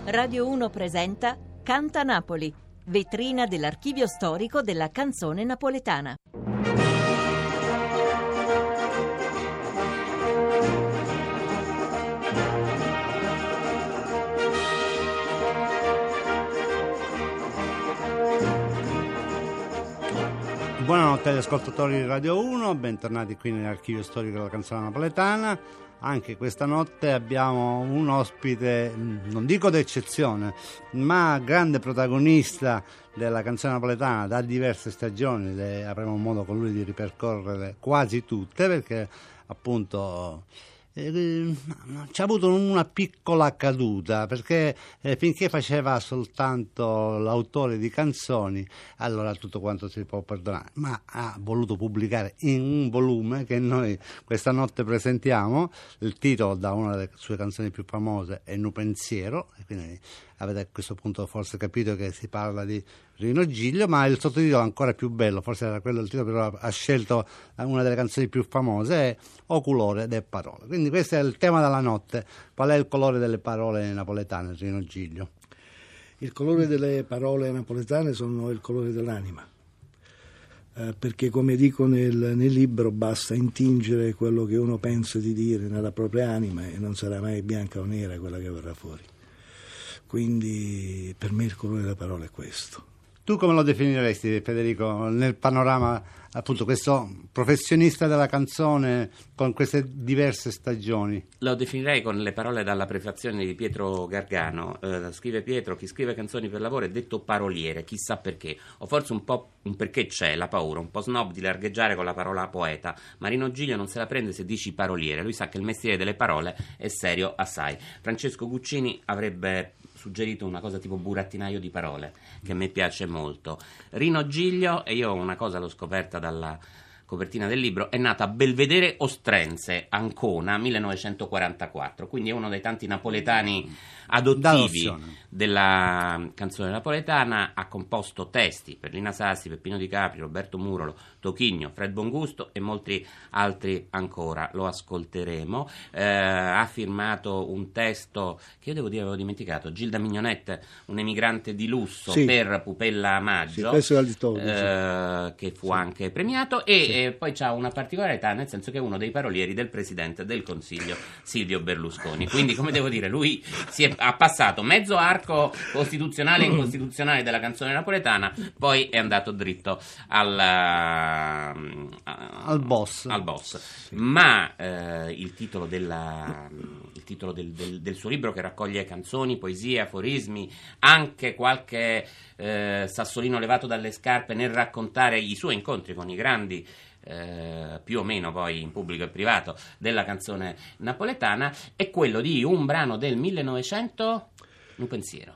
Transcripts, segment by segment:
Radio 1 presenta Canta Napoli, vetrina dell'archivio storico della canzone napoletana. Buonanotte agli ascoltatori di Radio 1, bentornati qui nell'archivio storico della canzone napoletana. Anche questa notte abbiamo un ospite, non dico d'eccezione, ma grande protagonista della canzone napoletana da diverse stagioni. Le avremo modo con lui di ripercorrere quasi tutte, perché appunto c'è avuto una piccola caduta, perché finché faceva soltanto l'autore di canzoni, allora tutto quanto si può perdonare, ma ha voluto pubblicare in un volume che noi questa notte presentiamo. Il titolo da una delle sue canzoni più famose è Nu Pensiero, e quindi avete a questo punto forse capito che si parla di Rino Giglio, ma il sottotitolo ancora più bello, forse era quello il titolo, però ha scelto una delle canzoni più famose, è O colore de parole. Quindi questo è il tema della notte. Qual è il colore delle parole napoletane, Rino Giglio? Il colore delle parole napoletane sono il colore dell'anima, perché come dico nel libro basta intingere quello che uno pensa di dire nella propria anima e non sarà mai bianca o nera quella che verrà fuori. Quindi per me il colore della parola è questo. Tu come lo definiresti, Federico, nel panorama, appunto, questo professionista della canzone con queste diverse stagioni? Lo definirei con le parole dalla prefazione di Pietro Gargano. Scrive Pietro: chi scrive canzoni per lavoro è detto paroliere, chissà perché, o forse un po' un perché c'è la paura, un po' snob di largheggiare con la parola poeta. Marino Giglio non se la prende se dici paroliere, lui sa che il mestiere delle parole è serio assai. Francesco Guccini avrebbe suggerito una cosa tipo burattinaio di parole, che a me piace molto. Rino Giglio, e io una cosa l'ho scoperta dalla copertina del libro, è nato a Belvedere Ostrense, Ancona, 1944, quindi è uno dei tanti napoletani adottivi della canzone napoletana. Ha composto testi per Lina Sassi, Peppino Di Capri, Roberto Murolo, Tochigno, Fred Bongusto e molti altri ancora. Lo ascolteremo. Ha firmato un testo che io devo dire avevo dimenticato, Gilda Mignonette, un emigrante di lusso, sì, per Pupella Maggio, che fu anche premiato, e poi c'ha una particolarità, nel senso che è uno dei parolieri del presidente del Consiglio Silvio Berlusconi. Quindi, come devo dire, lui ha passato mezzo arco costituzionale e incostituzionale della canzone napoletana, poi è andato dritto al boss. Sì. Ma il titolo del suo libro, che raccoglie canzoni, poesie, aforismi, anche qualche sassolino levato dalle scarpe nel raccontare i suoi incontri con i grandi, più o meno poi in pubblico e privato, della canzone napoletana, è quello di un brano del 1900, Un pensiero.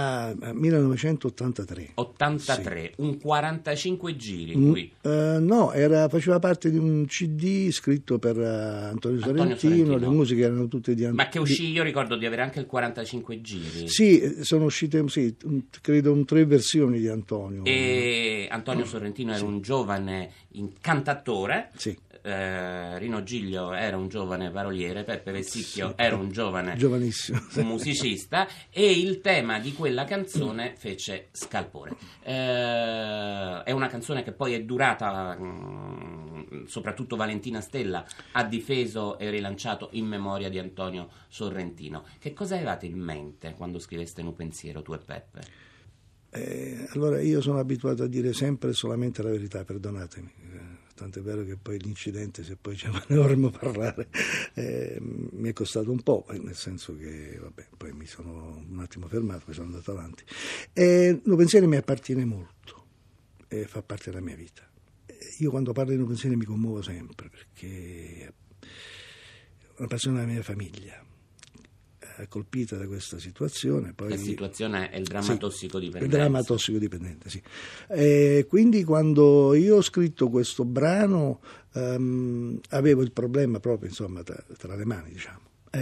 1983. 83, sì. Un 45 giri qui. No, faceva parte di un CD scritto per Antonio Sorrentino, le musiche erano tutte di Antonio. Ma che uscì, io ricordo di avere anche il 45 giri. Sì, sono uscite, credo 3 versioni di Antonio. E Antonio Sorrentino era un giovane cantautore. Sì. Rino Giglio era un giovane paroliere, Peppe Vessicchio era un giovane giovanissimo musicista, e il tema di quella canzone fece scalpore. È una canzone che poi è durata, soprattutto Valentina Stella ha difeso e rilanciato in memoria di Antonio Sorrentino. Che cosa avevate in mente quando scriveste Nu Pensiero, tu e Peppe? Allora, io sono abituato a dire sempre e solamente la verità, perdonatemi. Tant'è vero che poi l'incidente, se poi ce ne dovremmo parlare, mi è costato un po', nel senso che poi mi sono un attimo fermato, poi sono andato avanti. Nu Pensiero mi appartiene molto, fa parte della mia vita. Io quando parlo di Nu Pensiero mi commuovo sempre, perché è una passione della mia famiglia, colpita da questa situazione. Poi, la situazione è il dramma tossicodipendente. Il dramma tossicodipendente, sì. Quindi quando io ho scritto questo brano avevo il problema proprio, insomma, tra le mani, diciamo.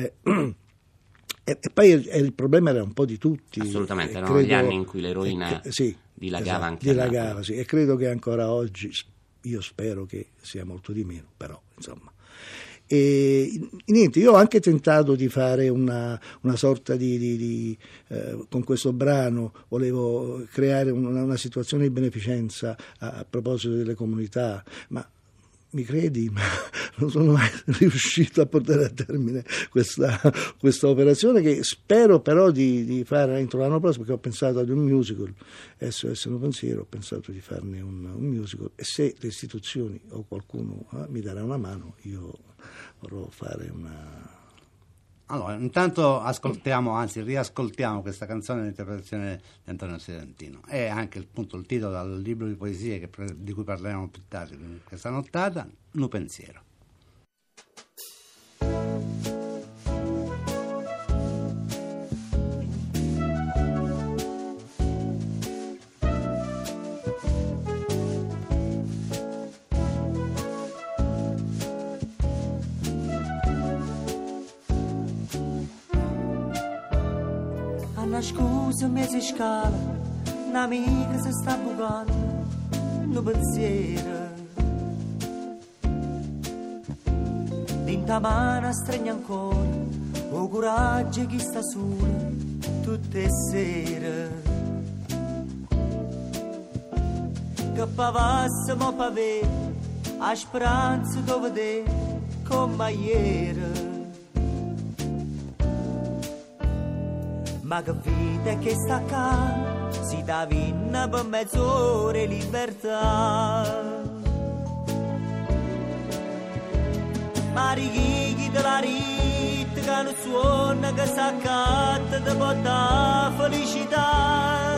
E poi il problema era un po' di tutti. Assolutamente, erano gli anni in cui l'eroina dilagava anche. Dilagava, sì, e credo che ancora oggi, io spero che sia molto di meno, però insomma. E niente, io ho anche tentato di fare una sorta di con questo brano volevo creare una situazione di beneficenza a proposito delle comunità, ma mi credi, ma non sono mai riuscito a portare a termine questa operazione, che spero però di fare entro l'anno prossimo, perché ho pensato ad un musical, SOS No Pensiero, ho pensato di farne un musical, e se le istituzioni o qualcuno mi darà una mano, io vorrò fare una... Allora, intanto ascoltiamo, anzi riascoltiamo questa canzone nell'interpretazione di Antonio Sedantino. È anche il titolo dal libro di poesie di cui parleremo più tardi in questa nottata, No Pensiero. Una scusa mezza scala, un'amica si sta bucando, no pensiero. Dinta mano stringe ancora, o coraggio chi sta sola, tutte le sere. Che pavassimo pa vedere, a speranza dove vedere, come ieri. Ma che vita è che sta qua, si dà vinna per mezz'ora e libertà. Ma richiedi della ritta che non suona, che s'accatta di portare felicità.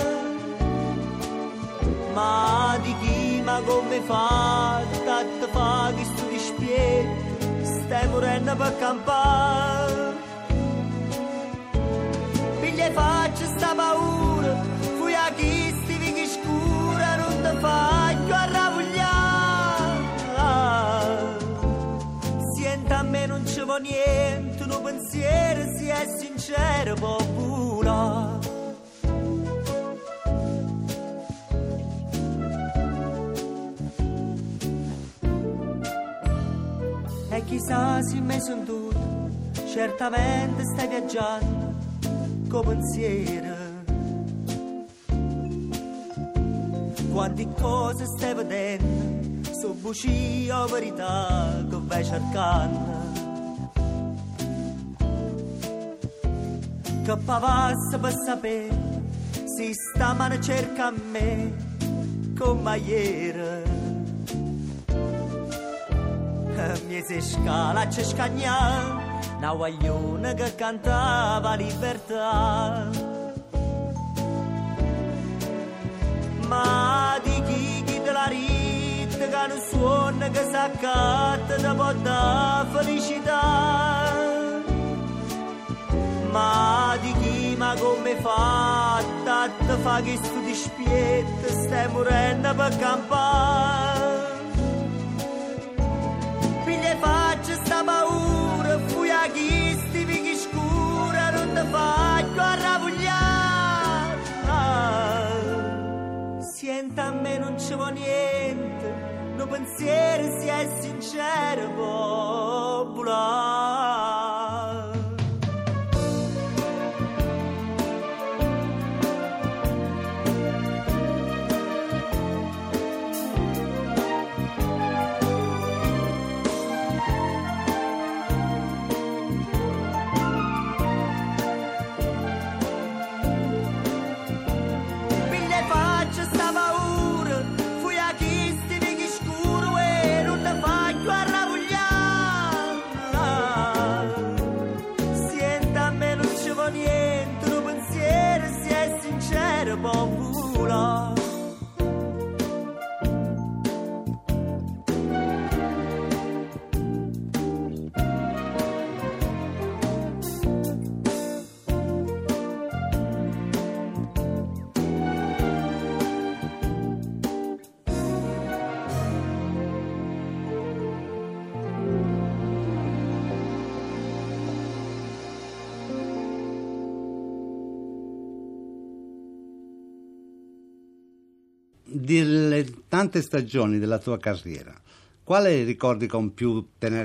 Ma di chi, ma come fa, tanto fa che sto dispietto, stai morendo per campare. Piglia faccia sta paura, fui a chi stivi che scura, non te faccio arravogliare. Senta a me non ci vuole niente, un pensiero si è sincero, popolare. E chissà se mi son tutto, certamente stai viaggiando con pensiero. Quante cose stai vedendo, su bugie o verità che vai cercando. Che pavassa per sapere se sta mano cerca a me come ieri. Mi si scala c'è scagnà, una guagliona che cantava libertà. Ma di chi della ritta che non suona, che s'accatta da porta felicità. Ma di chi, ma come fa, tanto fa che sto dispietto, stai morendo per campare. Piglia faccia sta paura, fui a chi stivi che scura, non te faccio arravogliare. Senta a me non ci vuole niente, no pensiero si è sincero, popolare. delle tante stagioni della tua carriera, quale ricordi con più tenerezza?